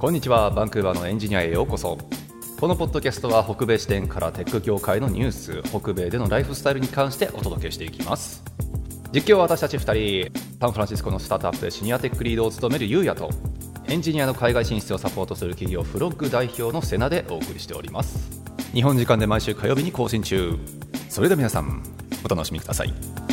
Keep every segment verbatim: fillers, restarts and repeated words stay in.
こんにちは。バンクーバーのエンジニアへようこそ。このポッドキャストは北米視点からテック業界のニュース、北米でのライフスタイルに関してお届けしていきます。実況は私たちふたり、サンフランシスコのスタートアップでシニアテックリードを務めるゆうやと、エンジニアの海外進出をサポートする企業フロッグ代表のセナでお送りしております。日本時間で毎週火曜日に更新中。それでは皆さんお楽しみください。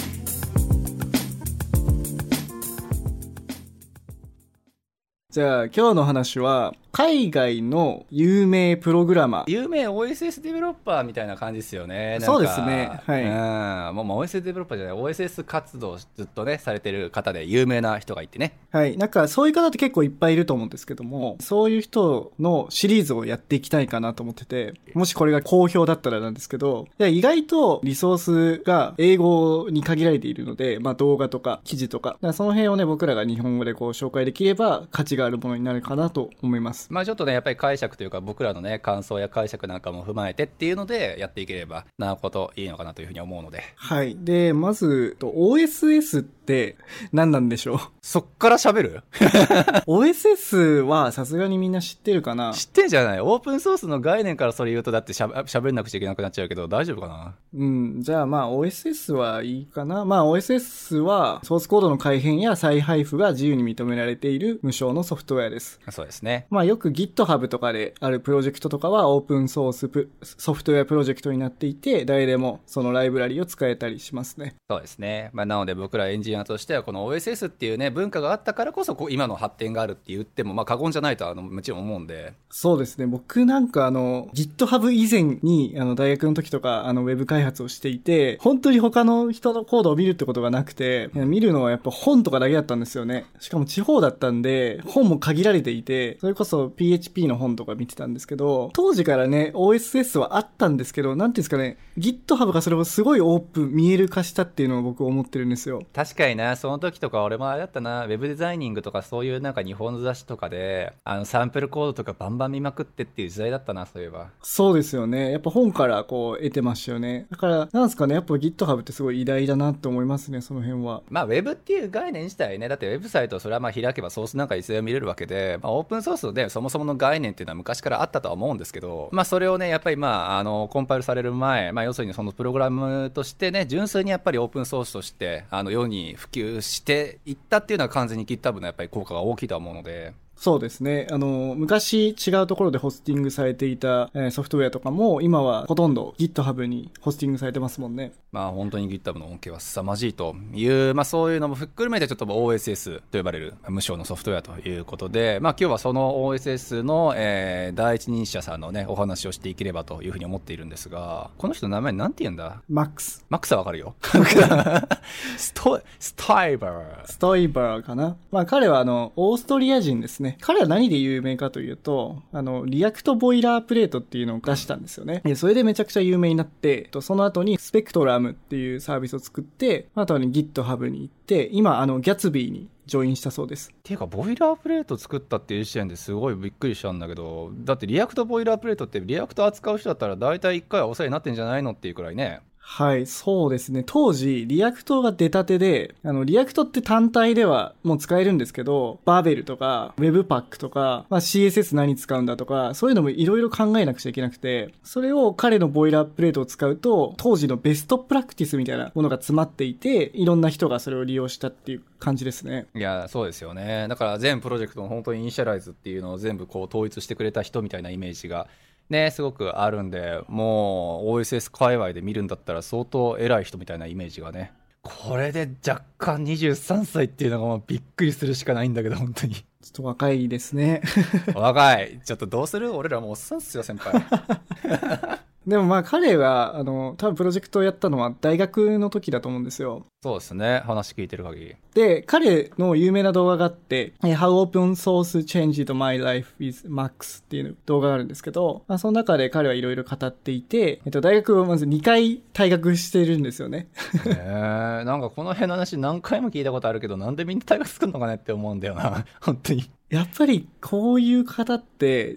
じゃあ今日の話は海外の有名プログラマー、 有名 オーエスエス デベロッパーみたいな感じですよね。なんかそうですね、はい、 うん、もう オーエスエス デベロッパーじゃない オーエスエス 活動をずっとねされてる方で有名な人がいてね。 はい、なんかそういう方って結構いっぱいいると思うんですけども、そういう人のシリーズをやっていきたいかなと思ってて、もしこれが好評だったらなんですけど、いや意外とリソースが英語に限られているので、まあ動画とか記事とか、だからその辺をね僕らが日本語でこう紹介できれば価値があるものになるかなと思います。 まあちょっとねやっぱり解釈というか僕らのね感想や解釈なんかも踏まえてっていうのでやっていければなるほどいいのかなというふうに思うので。 はい。でまず オーエスエス って何なんでしょう。 そっから喋るオーエスエス はさすがにみんな知ってるかな。 知ってんじゃない。オープンソースの概念からそれ言うとだってしゃ喋んなくちゃいけなくなっちゃうけど大丈夫かな。 うん。じゃあまあ オーエスエス はいいかな。まあ オーエスエス はソースコードの改変や再配布が自由に認められている無償のソフトウェアです。 そうですね。 まあよく GitHub とかであるプロジェクトとかはオープンソースプソフトウェアプロジェクトになっていて、誰でもそのライブラリを使えたりしますね。 そうですね。まあなので僕らエンジニアとしてはこの オーエスエス っていうね文化があったからこそこう今の発展があるって言ってもまあ過言じゃないとあのもちろん思うんで。 そうですね。僕なんかあの GitHub 以前にあの大学の時とかあのウェブ開発をしていて、本当に他の人のコードを見るってことがなくて、見るのはやっぱ本とかだけだったんですよね。しかも地方だったんで本も限られていて、それこそ ピーエイチピー の本とか見てたんですけど、当時からね オーエスエス はあったんですけど、なんていうんですかね、 GitHub がそれをすごいオープン見える化したっていうのを僕思ってるんですよ。 確かにな。その時とか俺もあれだったな、ウェブデザイニングとかそういうなんか日本の雑誌とかであのサンプルコードとかバンバン見まくってっていう時代だったな。そういえばそうですよね。やっぱ本からこう得てましたよね。だからなんですかね、やっぱ GitHub ってすごい偉大だなって思いますね、その辺は。 まあウェブっていう概念自体ね、だってウェブサイトをそれはまあ開けばソースなんかいつでも見れるわけで、まあ、オープンソースでそもそもの概念っていうのは昔からあったとは思うんですけど、まあそれをねやっぱりまああのコンパイルされる前、まあ要するにそのプログラムとしてね純粋にやっぱりオープンソースとしてあの世に普及していったっていうのは完全に GitHub のやっぱり効果が大きいとは思うので。 そうですね。あの、昔違うところでホスティングされていた、えー、ソフトウェアとかも今はほとんど GitHub にホスティングされてますもんね。 まあ本当に GitHub の恩恵は凄まじいという、まあそういうのもふっくるめてちょっと オーエスエス と呼ばれる無償のソフトウェアということで、まあ今日はその オーエスエス の、えー、第一人者さんのね、お話をしていければというふうに思っているんですが、この人の名前なんて言うんだ？ マックス。 マックスはわかるよ。スト、スタイバー。 ストイバーかな。まあ彼はあの、オーストリア人ですね。彼は何で有名かというと、あの、リアクトボイラープレートっていうのを出したんですよね。で、それでめちゃくちゃ有名になって、その後にスペクトラムっていうサービスを作って、あとは GitHub に行って、今、あの、ギャツビーにジョインしたそうです。 っていうか、ボイラープレート作ったっていう時点ですごいびっくりしたんだけど、だってリアクトボイラープレートってリアクト扱う人だったら大体いっかいはお世話になってんじゃないのっていうくらいね。 はい、そうですね。当時、リアクトが出たてで、あの、リアクトって単体ではもう使えるんですけど、バーベルとか、Webpack とか、まあ、シーエスエス 何使うんだとか、そういうのもいろいろ考えなくちゃいけなくて、それを彼のボイラープレートを使うと、当時のベストプラクティスみたいなものが詰まっていて、いろんな人がそれを利用したっていう感じですね。 いや、そうですよね。だから全プロジェクトの本当にイニシャライズっていうのを全部こう統一してくれた人みたいなイメージがね、すごくあるんで、もう オーエスエス 界隈で見るんだったら相当偉い人みたいなイメージがね。これで若干にじゅうさんさいっていうのがもうびっくりするしかないんだけど、本当に。ちょっと若いですね。 若い。ちょっとどうする？俺らもうおっさんっすよ、先輩。 でもまあ彼は、あの、多分プロジェクトをやったのは大学の時だと思うんですよ。 そうですね。話聞いてる限り。 で、彼の有名な動画があって、How Open Source Changed My Life with Max っていう動画があるんですけど、まあ、その中で彼はいろいろ語っていて、えっと、大学をまずにかい退学してるんですよね。 へえ、なんかこの辺の話何回も聞いたことあるけど、なんでみんな退学するのかねって思うんだよな。本当に。 やっぱりこういう方って、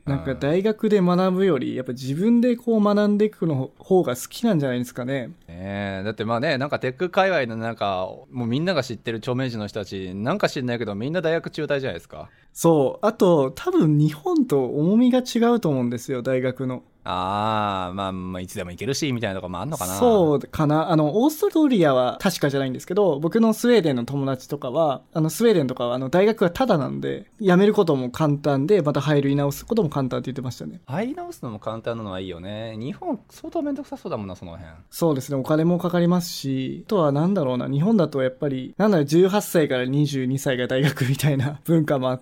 なんか大学で学ぶよりやっぱ自分でこう学んでいくの方が好きなんじゃないですかね。 ね、だってまあね、なんかテック界隈のなんかもうみんなが知ってる著名人の人たちなんか知んないけどみんな大学中退じゃないですか。 そう、あと多分日本と重みが違うと思うんですよ、大学の。 あー、まあ、まあいつでも行けるしみたいなとこもあんのかな。 そうかな。あのオーストリアは確かじゃないんですけど、僕のスウェーデンの友達とかはあのスウェーデンとかはあの大学がタダなんで辞めることも簡単で、また入り直すことも簡単って言ってましたね。 入り直すのも簡単なのはいいよね。日本相当めんどくさそうだもんな、その辺。 そうですね、お金もかかりますし、あとはなんだろうな、日本だとやっぱりなんだろう、じゅうはっさいからにじゅうにさいが大学みたいな文化もあって、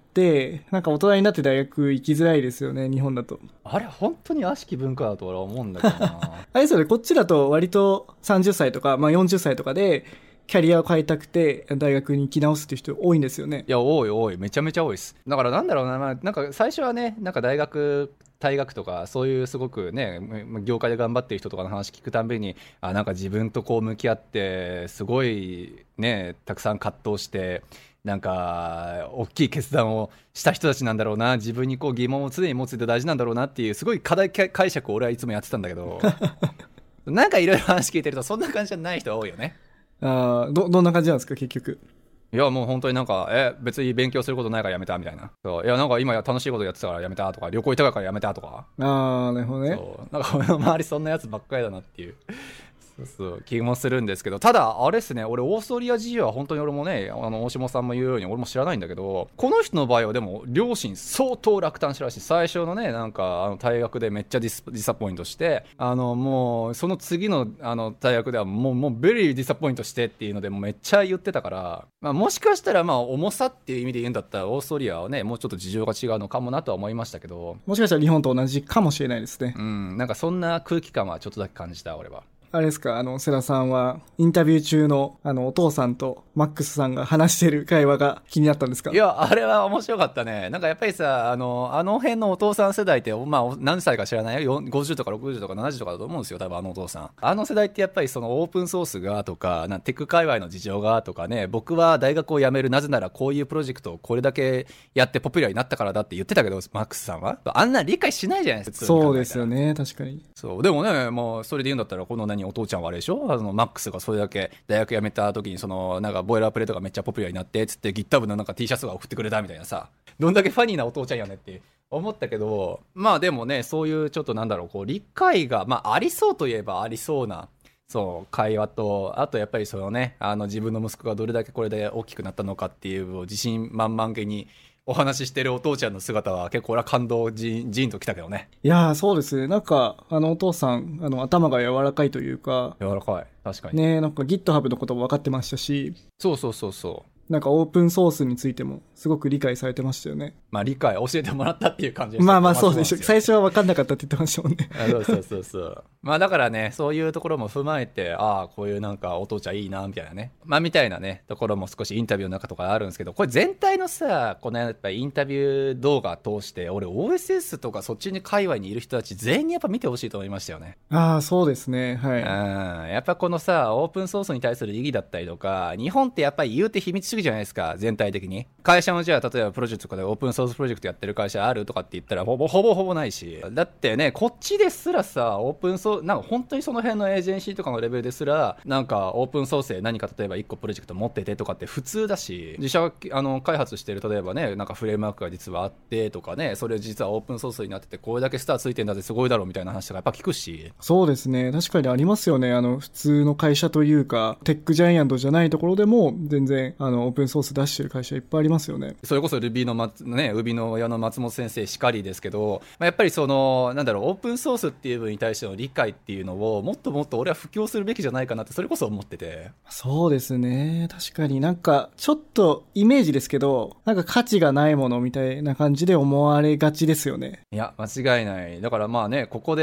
なんか大人になって大学行きづらいですよね、日本だと。 あれ本当に悪しき文化だと俺は思うんだけどな。 あれですよね、こっちだと割とさんじゅっさいとか、まあ、よんじゅっさいとかでキャリアを変えたくて大学に行き直すっていう人多いんですよね。 いや多い多い、めちゃめちゃ多いです。だからなんだろうな、まあ、なんか最初はね、なんか大学退学とかそういうすごくね業界で頑張ってる人とかの話聞くたんびに、あ、なんか自分とこう向き合ってすごいねたくさん葛藤してなんか大きい決断をした人たちなんだろうな、自分にこう疑問を常に持つって大事なんだろうなっていうすごい課題解釈を俺はいつもやってたんだけどなんかいろいろ話聞いてるとそんな感じじゃない人が多いよね。 あ、どどんな感じなんですか結局。 いやもう本当になんかえ別に勉強することないからやめたみたいな。そういやなんか今楽しいことやってたからやめたとか、旅行行ったからやめたとか。 ああ、なるほどね。 そうなんか俺の周りそんなやつばっかりだなっていうそうそう気もするんですけど、ただあれですね、俺オーストリア事情は本当に俺もね、あの大下さんも言うように俺も知らないんだけど、この人の場合はでも両親相当落胆したらしい。最初のねなんかあの大学でめっちゃディスディサポイントして、あのもうその次のあの大学ではもうもうベリーディサポイントしてっていうのでもうめっちゃ言ってたから、まあ、もしかしたらまあ重さっていう意味で言うんだったらオーストリアはねもうちょっと事情が違うのかもなとは思いましたけど、 もしかしたら日本と同じかもしれないですね。 うん、なんかそんな空気感はちょっとだけ感じた俺は。 あれですか、あの世良さんはインタビュー中のあのお父さんとマックスさんが話してる会話が気になったんですか？ いやあれは面白かったね。なんかやっぱりさ、あのあの辺のお父さん世代って、まあ、何歳か知らないよ、ごじゅうとかろくじゅうとかななじゅうとかだと思うんですよ多分。あのお父さん、あの世代ってやっぱりそのオープンソースがとかなテック界隈の事情がとかね、僕は大学を辞めるなぜならこういうプロジェクトをこれだけやってポピュラーになったからだって言ってたけど、マックスさんはあんな理解しないじゃないですか。 そうですよね、確かに。 そうでもね、もうそれで言うんだったらこの何お父ちゃんはあれでしょ、あのマックスがそれだけ大学辞めた時にそのなんかボイラープレートがめっちゃポピュラーになってつって GitHub のなんか T シャツが送ってくれたみたいなさ、どんだけファニーなお父ちゃんやねって思ったけど、まあでもねそういうちょっとなんだろうこう理解が、まあ、ありそうといえばありそうなそう会話と、あとやっぱりそのねあの自分の息子がどれだけこれで大きくなったのかっていう自信満々げにお話ししてるお父ちゃんの姿は結構俺は感動じんじんときたけどね。 いやーそうですね、なんかあのお父さんあの頭が柔らかいというか、 柔らかい、確かにね、なんか GitHub のことも分かってましたし、 そうそうそうそう、 なんかオープンソースについてもすごく理解されてましたよね。 まあ理解教えてもらったっていう感じでした。 まあまあそうでしょ、 まあ最初は分かんなかったって言ってましたもんね。 そうそうそうそうまあだからねそういうところも踏まえて、ああこういうなんかお父ちゃんいいなみたいなね、まあみたいなねところも少しインタビューの中とかあるんですけど、これ全体のさこのやっぱインタビュー動画通して俺 オーエスエス とかそっちに界隈にいる人たち全員にやっぱ見てほしいと思いましたよね。 ああそうですね、はい。 うんやっぱこのさオープンソースに対する意義だったりとか、日本ってやっぱり言うて秘密主義じゃないですか全体的に。会社もじゃあ例えばプロジェクトとかでオープンソースプロジェクトやってる会社あるとかって言ったらほぼほぼほぼないし、だってねこっちですらさオープンソースなんか本当にその辺のエージェンシーとかのレベルですらなんかオープンソースで何か例えばいっこプロジェクト持っててとかって普通だし、自社あの開発してる例えばねなんかフレームワークが実はあってとかね、それ実はオープンソースになっててこれだけスターついてんだってすごいだろうみたいな話とかやっぱ聞くし。 そうですね、確かにありますよね。あの普通の会社というかテックジャイアントじゃないところでも全然あのオープンソース出してる会社いっぱいありますよね。 それこそ Ruby の、まね、Ruby の親の松本先生しかりですけど、まあ、やっぱりそのなんだろうオープンソースっていう分に対しての理解っていうのをもっともっと俺は布教するべきじゃないかなってそれこそ思ってて。 そうですね、確かになんかちょっとイメージですけどなんか価値がないものみたいな感じで思われがちですよね。 いや間違いない。だからまあねここで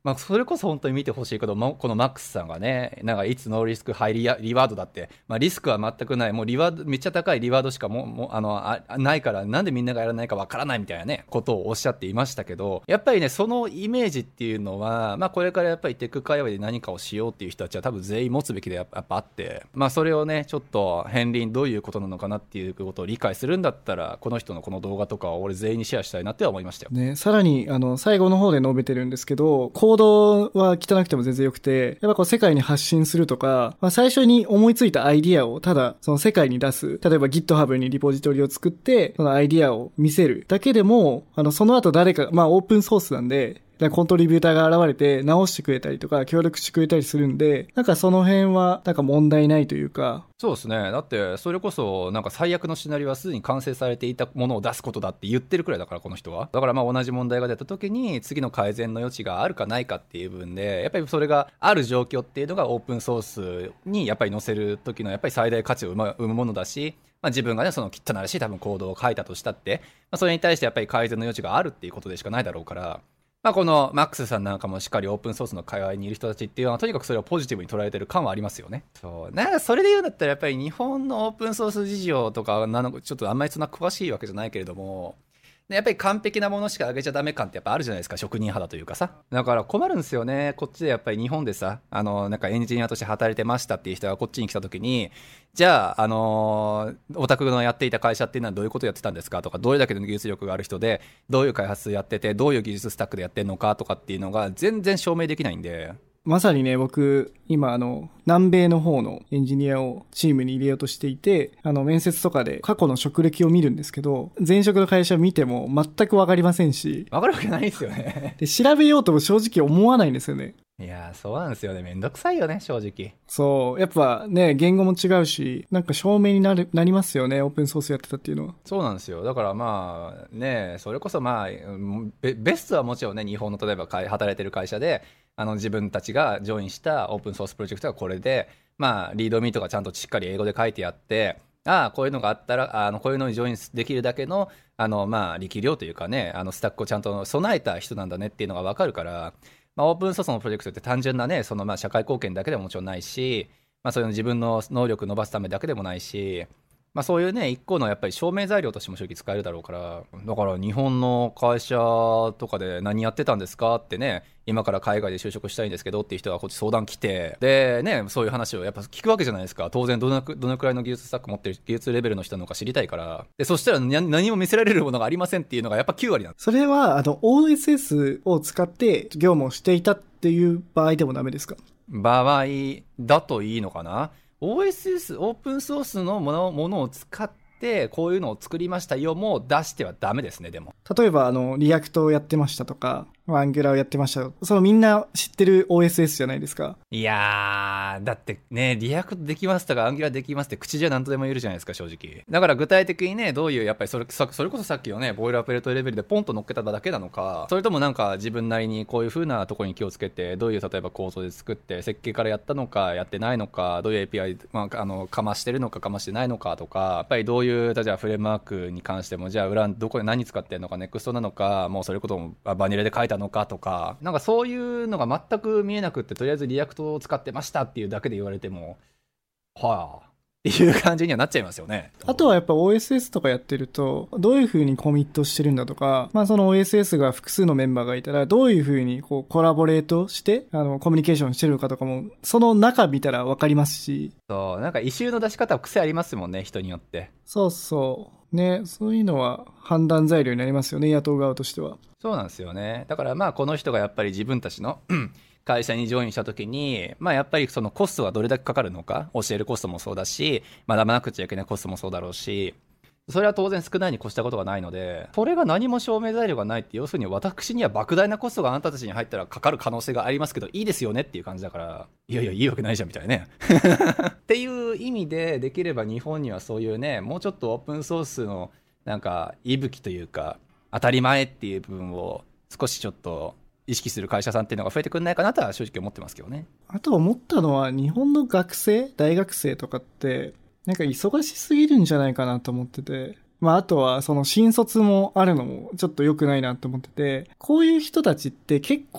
まあ、それこそ本当に見てほしいけど、このマックスさんがね、なんかいつノーリスクハイリリワードだって、まあ、リスクは全くない、もうリワードめっちゃ高いリワードしかももうあのあないから、なんでみんながやらないかわからないみたいなねことをおっしゃっていましたけど、やっぱりねそのイメージっていうのは、まあ、これからやっぱりテック界隈で何かをしようっていう人たちは多分全員持つべきでやっぱあって、まあ、それをねちょっと片鱗どういうことなのかなっていうことを理解するんだったら、この人のこの動画とかを俺全員にシェアしたいなっては思いましたよ、 ね、さらにあの最後の方で述べてるんですけど、コードは汚くても全然よくて、やっぱこう世界に発信するとか、まあ、最初に思いついたアイディアをただその世界に出す、例えば GitHub にリポジトリを作ってそのアイディアを見せるだけでも、あのその後誰か、まあオープンソースなんでコントリビューターが現れて直してくれたりとか協力してくれたりするんで、なんかその辺はなんか問題ないというか。 そうですね。だってそれこそなんか最悪のシナリオはすでに完成されていたものを出すことだって言ってるくらいだから、この人は。だからまあ同じ問題が出た時に次の改善の余地があるかないかっていう部分で、やっぱりそれがある状況っていうのがオープンソースにやっぱり載せる時のやっぱり最大価値を生むものだし、まあ、自分がねその汚らしい多分コードを書いたとしたって、まあ、それに対してやっぱり改善の余地があるっていうことでしかないだろうから、まあ、このマックスさんなんかもしっかりオープンソースの界隈にいる人たちっていうのはとにかくそれをポジティブに捉えてる感はありますよね。そうなんかそれで言うんだったらやっぱり日本のオープンソース事情とかなのちょっとあんまりそんな詳しいわけじゃないけれども、やっぱり完璧なものしかあげちゃダメ感ってやっぱあるじゃないですか、職人肌というかさ。だから困るんですよね。こっちでやっぱり日本でさ、あのなんかエンジニアとして働いてましたっていう人がこっちに来た時に、じゃああのー、オタクのやっていた会社っていうのはどういうことをやってたんですかとか、どれだけの技術力がある人でどういう開発やってて、どういう技術スタックでやってんのかとかっていうのが全然証明できないんで。 まさにね、僕、今、あの、南米の方のエンジニアをチームに入れようとしていて、あの、面接とかで過去の職歴を見るんですけど、前職の会社を見ても全くわかりませんし。 わかるわけないですよね。 で、調べようとも正直思わないんですよね。 いやー、そうなんですよね。めんどくさいよね、正直。 そう。やっぱね、言語も違うし、なんか証明になる、なりますよね、オープンソースやってたっていうのは。 そうなんですよ。だからまあ、ね、それこそまあ、ベ、ベストはもちろんね、日本の例えば働いてる会社で、あの自分たちがジョインしたオープンソースプロジェクトがこれで、まあ、リードミーとかちゃんとしっかり英語で書いてあって、ああ、こういうのがあったら、あのこういうのにジョインできるだけの、あの、まあ、力量というかね、あのスタックをちゃんと備えた人なんだねっていうのがわかるから、まあ、オープンソースのプロジェクトって単純なね、そのまあ社会貢献だけでももちろんないし、まあ、そういう自分の能力を伸ばすためだけでもないし、まあ、そういうね一個のやっぱり証明材料としても正直使えるだろうから、だから日本の会社とかで何やってたんですかってね、今から海外で就職したいんですけどっていう人がこっち相談来て、でね、そういう話をやっぱ聞くわけじゃないですか。当然どのくどのくらいの技術スタック持ってる技術レベルの人なのか知りたいから。でそしたら何も見せられるものがありませんっていうのがやっぱきゅうわりなんです。 それはあの オーエスエス を使って業務をしていたっていう場合でもダメですか？ 場合だといいのかな。オーエスエス オープンソースのもの、ものを使ってこういうのを作りましたよも出してはダメですね。でも例えばあのリアクトをやってましたとかアンギュラーをやってましたよ、そのみんな知ってる オーエスエス じゃないですか。 いやーだってね、リアクトできますとかアンギュラーできますって口じゃ何とでも言えるじゃないですか、正直。だから具体的にね、どういうやっぱりそれ、それこそさっきのねボイラープレートレベルでポンと乗っけただけなのか、それともなんか自分なりにこういう風なところに気をつけて、どういう例えば構造で作って設計からやったのかやってないのか、どういう エーピーアイ、まあ、あのかましてるのかかましてないのかとか、やっぱりどういうじゃあフレームワークに関しても、じゃあ裏どこで何使ってるのか、ネクストなのか、もうそれこそバニラで書いたのかとか、なんかそういうのが全く見えなくって、とりあえずリアクトを使ってましたっていうだけで言われてもはあっていう感じにはなっちゃいますよね。 あとはやっぱ オーエスエス とかやってるとどういう風にコミットしてるんだとか、まあその オーエスエス が複数のメンバーがいたらどういう風にこうコラボレートしてあのコミュニケーションしてるのかとかもその中見たら分かりますし。 そう、なんかイシューの出し方は癖ありますもんね、人によって。 そうそうね、そういうのは判断材料になりますよね、雇う側としては。 そうなんですよね。だからまあこの人がやっぱり自分たちの会社にジョインした時に、まあやっぱりそのコストがどれだけかかるのか、教えるコストもそうだし、学ばなくちゃいけないコストもそうだろうし、それは当然少ないに越したことがないので、それが何も証明材料がないって、要するに私には莫大なコストがあなたたちに入ったらかかる可能性がありますけどいいですよねっていう感じだから、いやいやいいわけないじゃんみたいなねっていう意味で、できれば日本にはそういうね、もうちょっとオープンソースのなんか息吹というか当たり前っていう部分を少しちょっと意識する会社さんっていうのが増えてくんないかなとは正直思ってますけどね。 あと思ったのは、日本の学生大学生とかってなんか忙しすぎるんじゃないかなと思ってて、まああとはその新卒もあるのもちょっと良くないなと思ってて、こういう人たちって結構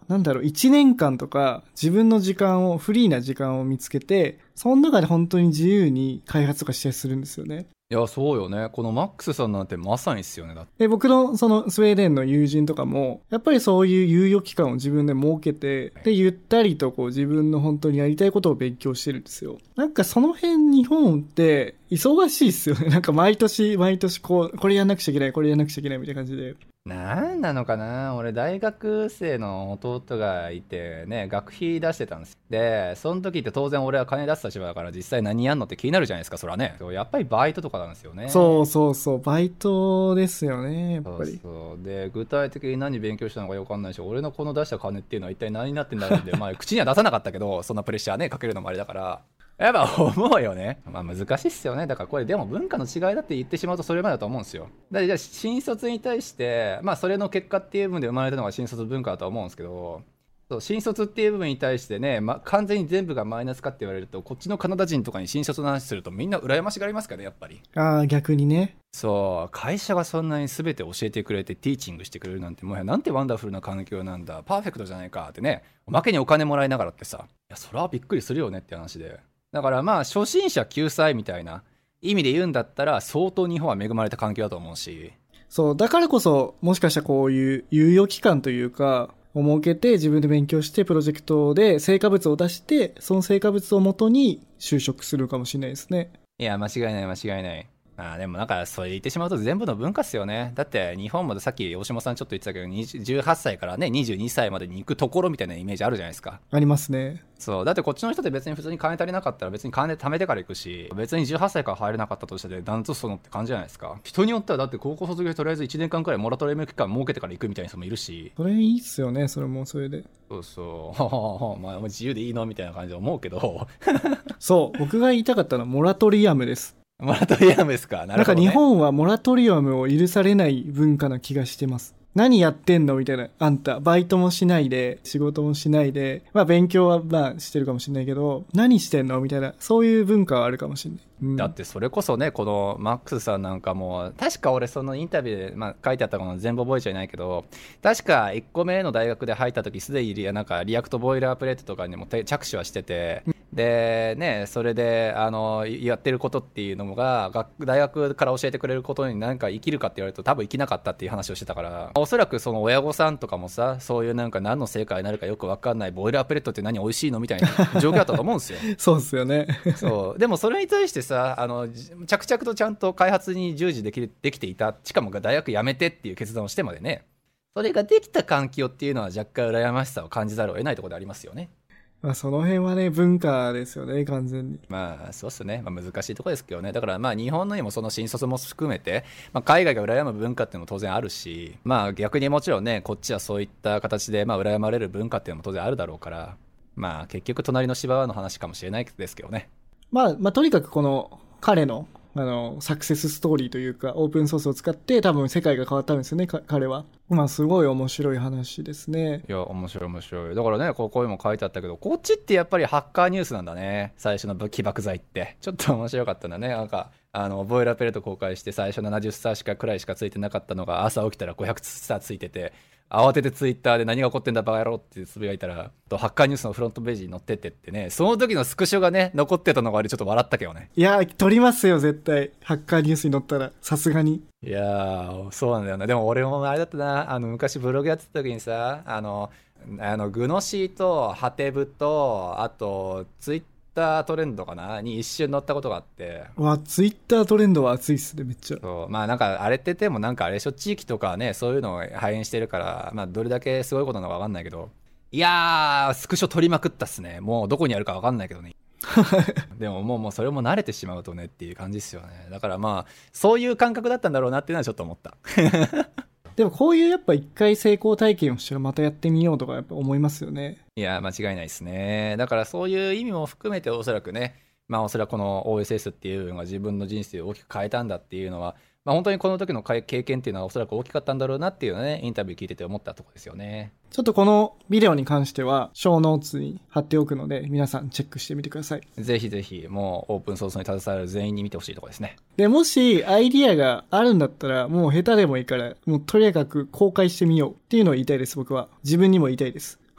なんだろう、いちねんかんとか自分の時間を、フリーな時間を見つけて、その中で本当に自由に開発とかしたりするんですよね。 いや、そうよね。このマックスさんなんてまさにっすよね。だってで、僕のそのスウェーデンの友人とかも、やっぱりそういう猶予期間を自分で設けて、で、ゆったりとこう自分の本当にやりたいことを勉強してるんですよ。なんかその辺日本って忙しいっすよね。なんか毎年毎年こう、これやんなくちゃいけない、これやんなくちゃいけないみたいな感じで。 なんなのかな、俺大学生の弟がいてね、学費出してたんです。でその時って当然俺は金出す立場だから、実際何やんのって気になるじゃないですか。それはね、やっぱりバイトとかなんですよね。 そうそうそう、バイトですよね、やっぱり。 そうそうで、具体的に何勉強したのかよくわかんないし、俺のこの出した金っていうのは一体何になってんだろうって、まあ口には出さなかったけど、そんなプレッシャーねかけるのもあれだから、やっぱ思うよね。まあ難しいっすよね。だからこれでも文化の違いだって言ってしまうとそれまでだと思うんですよ。だからじゃあ新卒に対してまあそれの結果っていう部分で生まれたのが新卒文化だと思うんですけど、そう新卒っていう部分に対してね、ま、完全に全部がマイナスかって言われると、こっちのカナダ人とかに新卒の話するとみんな羨ましがりますからね、やっぱり。 ああ、逆にね。 そう、会社がそんなに全て教えてくれてティーチングしてくれるなんて、もはやなんてワンダフルな環境なんだ、パーフェクトじゃないかってね、おまけにお金もらいながらってさ、いやそれはびっくりするよねって話で。だからまあ初心者救済みたいな意味で言うんだったら、相当日本は恵まれた環境だと思うし。 そう、だからこそもしかしたらこういう猶予期間というかを設けて、自分で勉強してプロジェクトで成果物を出して、その成果物をもとに就職するかもしれないですね。 いや間違いない間違いない。あでもなんかそれ言ってしまうと全部の文化っすよね。だって日本もさっき大島さんちょっと言ってたけど、じゅうはっさいからねにじゅうにさいまでに行くところみたいなイメージあるじゃないですか。 ありますね。 そうだってこっちの人って別に普通に金足りなかったら別に金貯めてから行くし、別にじゅうはっさいから入れなかったとしてダントツそのって感じじゃないですか。人によってはだって高校卒業してとりあえずいちねんかんくらいモラトリアム期間設けてから行くみたいな人もいるし。 それいいっすよね、それもそれで。 そうそうまあ自由でいいのみたいな感じで思うけどそう、僕が言いたかったのはモラトリアムです。 モラトリアムですか。なるほど、ね、 なんか日本はモラトリアムを許されない文化な気がしてます。何やってんのみたいな。あんた、バイトもしないで、仕事もしないで、まあ勉強はまあしてるかもしれないけど、何してんのみたいな、そういう文化はあるかもしれない。うん、 だってそれこそね、このマックスさんなんかも、確か俺そのインタビューで、まあ、書いてあったかも全部覚えちゃいないけど、確かいっこめの大学で入った時すでになんかリアクトボイラープレートとかにも着手はしてて、でね、それであのやってることっていうのが学大学から教えてくれることに何か生きるかって言われると多分生きなかったっていう話をしてたから、おそらくその親御さんとかもさ、そういうなんか何の成果になるかよく分かんないボイラープレートって何美味しいのみたいな状況だったと思うんですよそうですよねそうでもそれに対してさ、あの着々とちゃんと開発に従事できできていた、しかも大学辞めてっていう決断をしてまでね、それができた環境っていうのは若干羨ましさを感じざるを得ないところでありますよね。 まあその辺はね、文化ですよね、完全に。 まあそうっすね、まあ、難しいところですけどね。だからまあ日本のにもその新卒も含めて、まあ、海外が羨む文化っていうのも当然あるし、まあ逆にもちろんね、こっちはそういった形でまあ羨まれる文化っていうのも当然あるだろうから、まあ結局隣の芝の話かもしれないですけどね。 まあ、まあとにかくこの彼のあのサクセスストーリーというか、オープンソースを使って多分世界が変わったんですよね、彼は。まあすごい面白い話ですね。 いや面白い面白い。だからね、ここにも書いてあったけど、こっちってやっぱりハッカーニュースなんだね、最初の起爆剤って。ちょっと面白かったんだね。なんかあのボイラーペレット公開して最初ななじゅっスターしかくらいしかついてなかったのが、朝起きたらごひゃくスターついてて、慌ててツイッターで何が起こってんだバカ野郎ってつぶやいたら、ハッカーニュースのフロントページに載ってってってね、その時のスクショがね残ってたのがあれちょっと笑ったけどね。 いや撮りますよ絶対、ハッカーニュースに載ったら。さすがに。 いやーそうなんだよな。でも俺もあれだったな、あの昔ブログやってた時にさ、あのあのグノシーとハテブとあとツイッタートレンドかなに一瞬載ったことがあって、 わ、ツイッタートレンドは熱いっすね、めっちゃ。 そうまあなんかあれってでもなんかあれでしょ、地域とかねそういうのを反映してるから、まあどれだけすごいことなのか分かんないけど、いやースクショ取りまくったっすね。もうどこにあるか分かんないけどねでももうもうそれも慣れてしまうとねっていう感じですよね。だからまあそういう感覚だったんだろうなっていうのはちょっと思ったでもこういうやっぱ一回成功体験をしたらまたやってみようとかやっぱ思いますよね。 いや間違いないですね。だからそういう意味も含めておそらくね、まあおそらくこの オーエスエス っていうのが自分の人生を大きく変えたんだっていうのは、まあ、本当にこの時の経験っていうのはおそらく大きかったんだろうなっていうのはね、インタビュー聞いてて思ったところですよね。 ちょっとこのビデオに関してはショーノーツに貼っておくので、皆さんチェックしてみてください。 ぜひぜひもうオープンソースに携わる全員に見てほしいところですね。 でもしアイディアがあるんだったら、もう下手でもいいからもうとにかく公開してみようっていうのを言いたいです。僕は自分にも言いたいです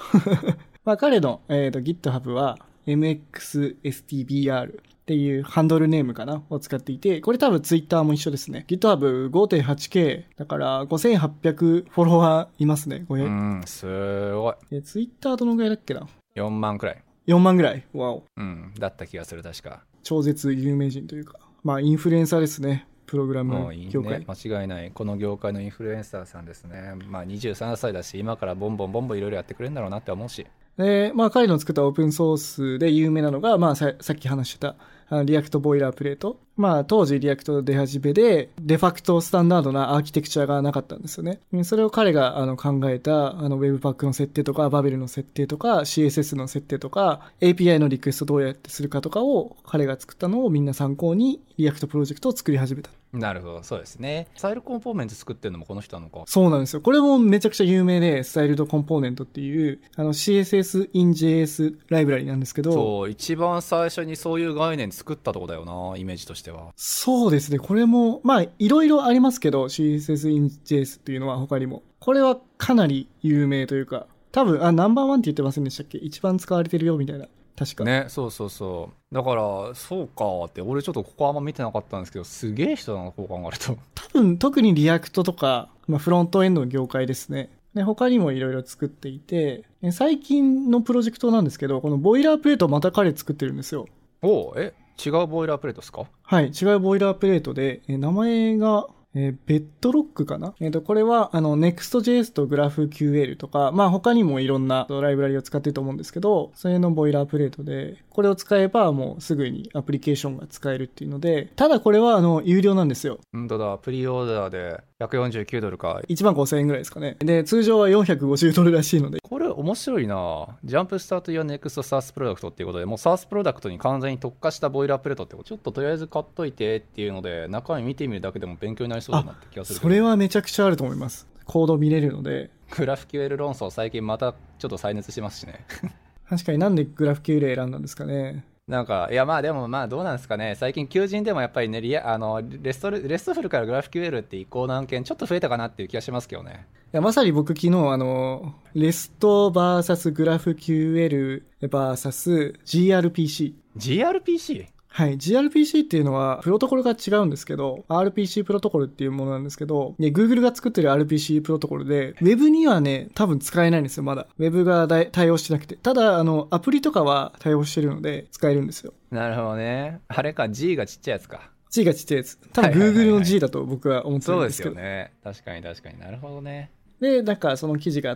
まあ彼の、えーと、GitHub は エムエックスエスティービーアール っていうハンドルネームかなを使っていて、これ多分 Twitter も一緒ですね。GitHub ごてんはちケー だからごせんはっぴゃくフォロワーいますね。 うん、すごい。 え、Twitter どのぐらいだっけな？ よんまんくらい。 よんまんぐらい。わお。 うん、だった気がする、確か。 超絶有名人というか。まあインフルエンサーですね。プログラム業界。 もういいね、間違いない。この業界のインフルエンサーさんですね。まあにじゅうさんさいだし、今からボンボンボンボンいろいろやってくれるんだろうなって思うし。 で、まあ彼の作ったオープンソースで有名なのが、まあさ、さっき話してた、あのリアクトボイラープレート。まあ当時リアクト出始めで、デファクトスタンダードなアーキテクチャがなかったんですよね。それを彼があの考えた、あの Webpack の設定とか、バベルの設定とか、シーエスエス の設定とか、エーピーアイ のリクエストどうやってするかとかを彼が作ったのをみんな参考にリアクトプロジェクトを作り始めた。 なるほど、そうですね。スタイルコンポーネント作ってるのもこの人なのか。 そうなんですよ。これもめちゃくちゃ有名で、スタイルドコンポーネントっていう、あの シーエスエス in ジェイエス ライブラリなんですけど。 そう、一番最初にそういう概念作ったとこだよな、イメージとしては。 そうですね。これも、まあ、いろいろありますけど、シーエスエス in ジェイエス っていうのは他にも。これはかなり有名というか、多分、あ、ナンバーワンって言ってませんでしたっけ？一番使われてるよ、みたいな。確か。 ね、そうそうそう。だから、そうかって、俺ちょっとここあんま見てなかったんですけど、すげえ人なの、こう考えると。 多分、特にリアクトとか、まあ、フロントエンドの業界ですね。で、他にもいろいろ作っていて、最近のプロジェクトなんですけど、このボイラープレートをまた彼作ってるんですよ。 おう、え、違うボイラープレートですか？ はい、違うボイラープレートで、え名前が、えー、ベッドロックかな。えっと、これは、あの、ネクストジェイエス と GraphQL とか、まあ他にもいろんなライブラリを使ってると思うんですけど、それのボイラープレートで、これを使えばもうすぐにアプリケーションが使えるっていうので、ただこれは、あの、有料なんですよ。 本当だ、プリオーダーでひゃくよんじゅうきゅうドルか。 いちまんごせんえんぐらいですかね。で、通常はよんひゃくごじゅうドルらしいので。 これ面白いな。ジャンプスタート Your Next SaaS プロダクトっていうことで、もう SaaS プロダクトに完全に特化したボイラープレートってこと、ちょっととりあえず買っといてっていうので、中身見てみるだけでも勉強になりそうだなって気がするけど。 それはめちゃくちゃあると思います。コード見れるので。 グラフ キューエル 論争最近またちょっと再熱してますしね。 確かになんでグラフ キューエル 選んだんですかね。 なんか、いやまあでもまあどうなんですかね。最近求人でもやっぱりね、リアあのレストレストフルからグラフ キューエル って移行の案件ちょっと増えたかなっていう気がしますけどね。 いや、まさに僕昨日あの、レスト ブイエス グラフ キューエル ブイエス ジーアールピーシー。 ジーアールピーシー？ はい。ジーアールピーシー っていうのは、プロトコルが違うんですけど、アールピーシー プロトコルっていうものなんですけど、で、Google が作ってる アールピーシー プロトコルで、Web にはね、多分使えないんですよ、まだ。Web が対応してなくて。ただ、あの、アプリとかは対応してるので、使えるんですよ。 なるほどね。あれか、G がちっちゃいやつか。 G がちっちゃいやつ。多分 Google の G だと僕は思ってるんですけど。 そうですよね。確かに確かになるほどね。 で、なんかその記事があって、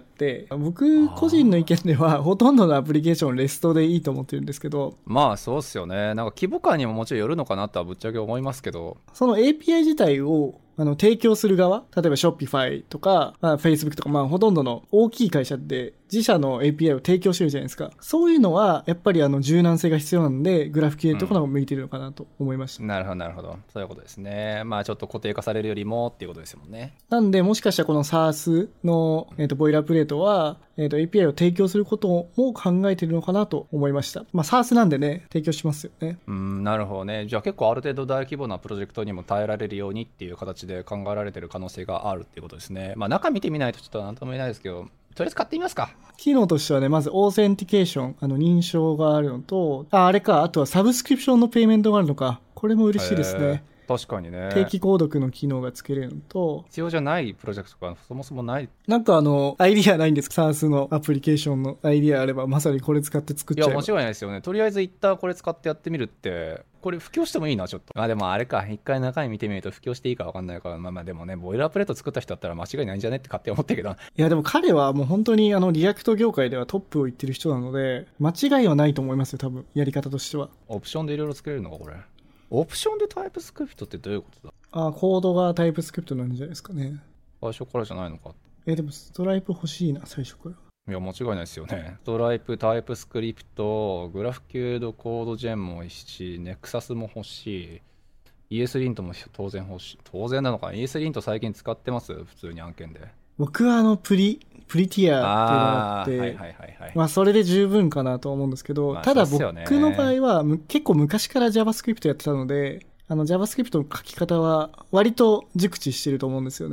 僕個人の意見ではほとんどのアプリケーションレストでいいと思ってるんですけど。 まあそうっすよね。なんか規模感にももちろんよるのかなとはぶっちゃけ思いますけど。 その エーピーアイ 自体をあの提供する側、例えば Shopify とか、まあ、Facebook とか、まあほとんどの大きい会社って自社の エーピーアイ を提供してるじゃないですか。そういうのはやっぱりあの柔軟性が必要なんで、グラフ キューエル とかの方が向いてるのかなと思いました、 うん。なるほどなるほど。そういうことですね。まあちょっと固定化されるよりもっていうことですもんね。 なんでもしかしたらこの SaaS の、えー、とボイラープレートは、えー、と エーピーアイ を提供することも考えてるのかなと思いました。まあ SaaS なんでね、提供しますよね。 うん、なるほどね。じゃあ結構ある程度大規模なプロジェクトにも耐えられるようにっていう形で考えられてる可能性があるっていうことですね。まあ中見てみないとちょっと何とも言えないですけど、とりあえず買ってみますか。 機能としてはね、まずオーセンティケーション、あの認証があるのと、あ、あれか、あとはサブスクリプションのペイメントがあるのか。これも嬉しいですね。 確かにね。 定期購読の機能がつけれるのと、 必要じゃないプロジェクトがそもそもない。 なんかあの、アイディアないんですか？ SaaS のアプリケーションのアイディアあれば、まさにこれ使って作っちゃえば。 いや、間違いないですよね。とりあえず一旦これ使ってやってみるって、これ布教してもいいな、ちょっと。まあでもあれか、一回中身見てみると布教していいか分かんないから、まあまあでもね、ボイラープレート作った人だったら間違いないんじゃねって勝手に思ったけど。 いやでも彼はもう本当にあの、リアクト業界ではトップを言ってる人なので、間違いはないと思いますよ、多分。やり方としては。 オプションでいろいろ作れるのか、これ。オプションでタイプスクリプトってどういうことだ？ あ、コードがタイプスクリプトなんじゃないですかね。 最初からじゃないのか。 え、でもストライプ欲しいな、最初から。 いや、間違いないですよね。ストライプ、タイプスクリプト、グラフ キューエル コードジェンもいいし、ネクサスも欲しい。イーエス リントも当然欲しい。当然なのかな。イーエス リント最近使ってます？普通に案件で。 僕はあの、プリ、プリティアっていうのがあって、 はいはいはいはい。 まあそれで十分かなと思うんですけど、 まあただ僕そうっすよねの場合はむ結構昔から JavaScript やってたので、あの JavaScript の書き方は割と熟知してると思うんですよね。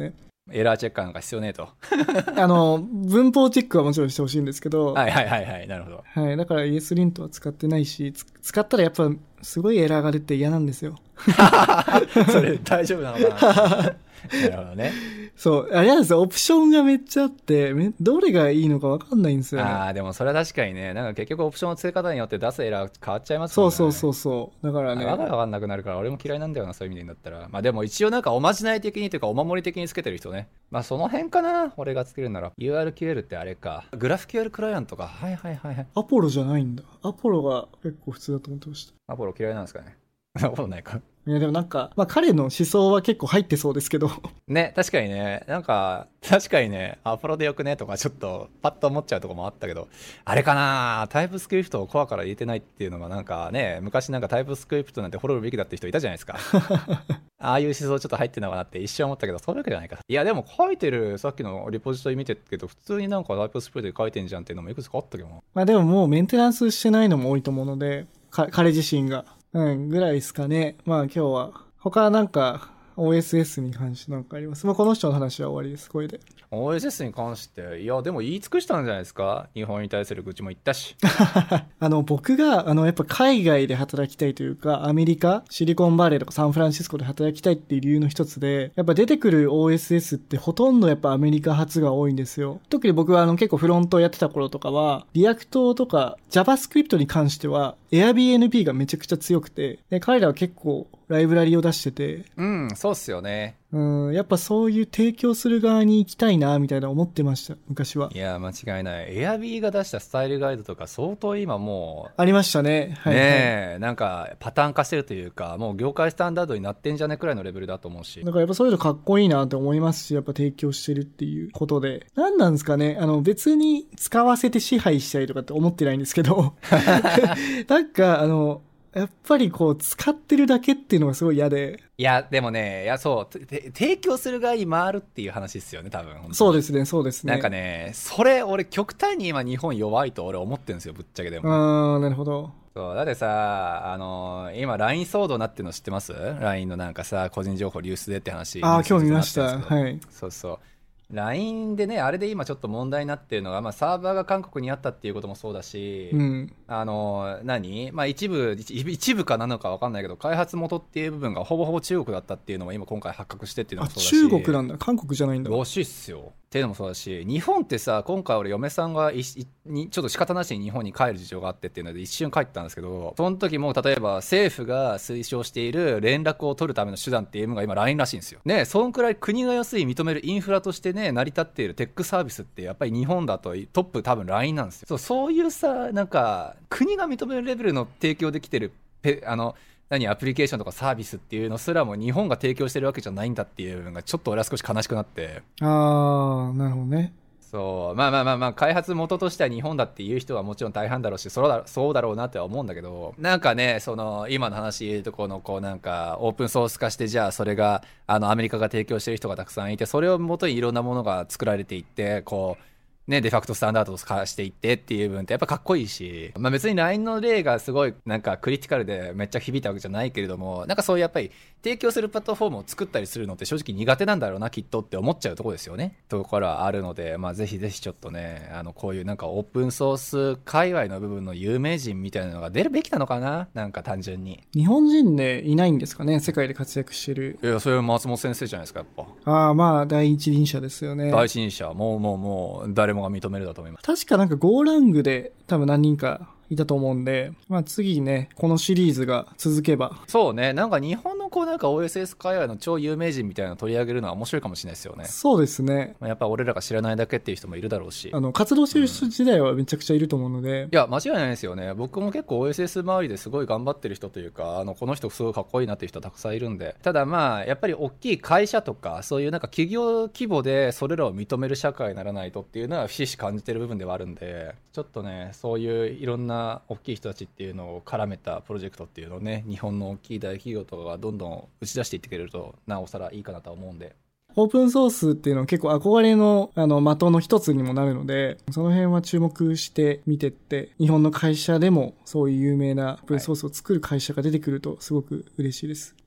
エラーチェッカーなんか必要ねえと。 あの、文法チェックはもちろんしてほしいんですけど、 はいはいはいはい、なるほど。 はい。だから イーエス リントは使ってないし、つ使ったらやっぱすごいエラーが出て嫌なんですよ。 それ大丈夫なのかな。なるほどね。 そう。あれなんですよ。オプションがめっちゃあって、めどれがいいのかわかんないんですよね。 ああ、でもそれは確かにね、なんか結局オプションの付け方によって出すエラー変わっちゃいますもんね。 そうそうそうそう。だからね。 わかるわかんなくなるから俺も嫌いなんだよな、そういう意味で言うんだったら。まあでも一応なんかおまじない的にというかお守り的につけてる人ね。まあその辺かな、俺がつけるなら。ユーアールキューエル ってあれか。グラフ キューエル クライアントか。はいはいはいはい。 アポロじゃないんだ。アポロが結構普通だと思ってました。 アポロ嫌いなんですかね。そんなことないか。 いやでもなんか、まあ彼の思想は結構入ってそうですけど。 ね、確かにね、なんか、確かにね、アポロでよくねとかちょっとパッと思っちゃうとこもあったけど、あれかな、タイプスクリプトをコアから入れてないっていうのがなんかね、昔なんかタイプスクリプトなんて滅ぶべきだって人いたじゃないですか。ああいう思想ちょっと入ってるのかなって一瞬思ったけど、そういうわけじゃないか。いやでも書いてる、さっきのリポジトリ見てるけど、普通になんかタイプスクリプトで書いてんじゃんっていうのもいくつかあったけどな。 まあでももうメンテナンスしてないのも多いと思うので、か彼自身が。うん、ぐらいですかね。まあ今日は。他なんか オーエスエス に関してなんかあります。まあこの人の話は終わりです。これで。 オーエスエス に関して、いやでも言い尽くしたんじゃないですか。日本に対する愚痴も言ったし。 あの僕があのやっぱ海外で働きたいというか、アメリカ、シリコンバレーとかサンフランシスコで働きたいっていう理由の一つで、やっぱ出てくる オーエスエス ってほとんどやっぱアメリカ発が多いんですよ。特に僕はあの結構フロントをやってた頃とかは、リアクトとか JavaScript に関しては Airbnb がめちゃくちゃ強くて、で彼らは結構ライブラリを出してて、 うん、そうっすよね。 うん、やっぱそういう提供する側に行きたいなみたいな思ってました、昔は。 いや間違いない。 Airb が出したスタイルガイドとか相当今もうありましたね。はい、はい、 ねえ、なんかパターン化してるというか、もう業界スタンダードになってんじゃねくらいのレベルだと思うし、 だからやっぱそういうのかっこいいなって思いますし、やっぱ提供してるっていうことで。何なんですかね、あの別に使わせて支配したいとかって思ってないんですけど。なんかあの、やっぱりこう使ってるだけっていうのがすごい嫌で。 いやでもね、いやそう提供する側に回るっていう話ですよね、多分。 そうですね、そうですね。 なんかね、それ俺極端に今日本弱いと俺思ってるんですよ、ぶっちゃけでも。 ああ、なるほど。 そうだってさ、あのー、今 ライン 騒動になってるの知ってます？ ライン のなんかさ、個人情報流出でって話。 ああ、今日見ました。はい。 そうそう。ライン でね、あれで今ちょっと問題になってるのが、まあ、サーバーが韓国にあったっていうこともそうだし、 うん、あの何、まあ、一部一部かなのか分かんないけど、開発元っていう部分がほぼほぼ中国だったっていうのも今今回発覚してっていうのもそうだし。 中国なんだ、韓国じゃないんだ。 らしいっすよっていうのもそうだし、日本ってさ、今回俺嫁さんがいいにちょっと仕方なしに日本に帰る事情があってっていうので一瞬帰ったんですけど、その時も例えば政府が推奨している連絡を取るための手段っていうのが今 ライン らしいんですよね。そんくらい国が安い認めるインフラとしてね成り立っているテックサービスってやっぱり日本だとトップ多分 ライン なんですよ。そう、そういうさ、なんか国が認めるレベルの提供できてるペあの何アプリケーションとかサービスっていうのすらも日本が提供してるわけじゃないんだっていう部分がちょっと俺は少し悲しくなって。 ああ、なるほどね。 そうまあまあまあまあ、開発元としては日本だっていう人はもちろん大半だろうし、そうだそうだろうなっては思うんだけど、なんかね、その今の話言うとこのこうなんかオープンソース化して、じゃあそれがあのアメリカが提供してる人がたくさんいて、それをもとにいろんなものが作られていって、こうね、デファクトスタンダード化していってっていう部分ってやっぱかっこいいし、まあ別に ライン の例がすごいなんかクリティカルでめっちゃ響いたわけじゃないけれども、なんかそういうやっぱり提供するプラットフォームを作ったりするのって正直苦手なんだろうなきっとって思っちゃうところですよね。ところはあるので、まあぜひぜひちょっとね、あのこういうなんかオープンソース界隈の部分の有名人みたいなのが出るべきなのかな、なんか単純に。 日本人でいないんですかね、世界で活躍してる。 いや、それは松本先生じゃないですか、やっぱ。 ああ、まあ第一人者ですよね。 第一人者、もうもうもう誰もが認めるだと思います。 確かなんかゴーラングで多分何人かいたと思うんで、まあ次ね、このシリーズが続けば。 そうね、なんか日本のこうなんか オーエスエス 界隈の超有名人みたいなの取り上げるのは面白いかもしれないですよね。 そうですね。 やっぱ俺らが知らないだけっていう人もいるだろうし。 あの、活動してる人自体はめちゃくちゃいると思うので。 うん、いや、間違いないですよね。僕も結構 オーエスエス 周りですごい頑張ってる人というか、あの、この人すごいかっこいいなっていう人たくさんいるんで。ただまあ、やっぱり大きい会社とか、そういうなんか企業規模でそれらを認める社会にならないとっていうのはひしひし感じてる部分ではあるんで、ちょっとね、そういういろんな大きい人たちっていうのを絡めたプロジェクトっていうのをね、日本の大きい大企業とかがどんどん打ち出していってくれるとなおさらいいかなと思うんで。 オープンソースっていうのは結構憧れのあの的の一つにもなるので、その辺は注目して見てって、日本の会社でもそういう有名なオープンソースを作る会社が出てくるとすごく嬉しいです。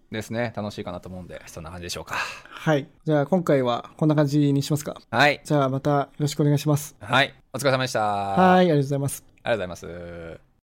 ですね。楽しいかなと思うんで、そんな感じでしょうか。 はい。じゃあ今回はこんな感じにしますか。 はい。 じゃあまたよろしくお願いします。 はい。お疲れ様でした。 はい、ありがとうございます。 ありがとうございます。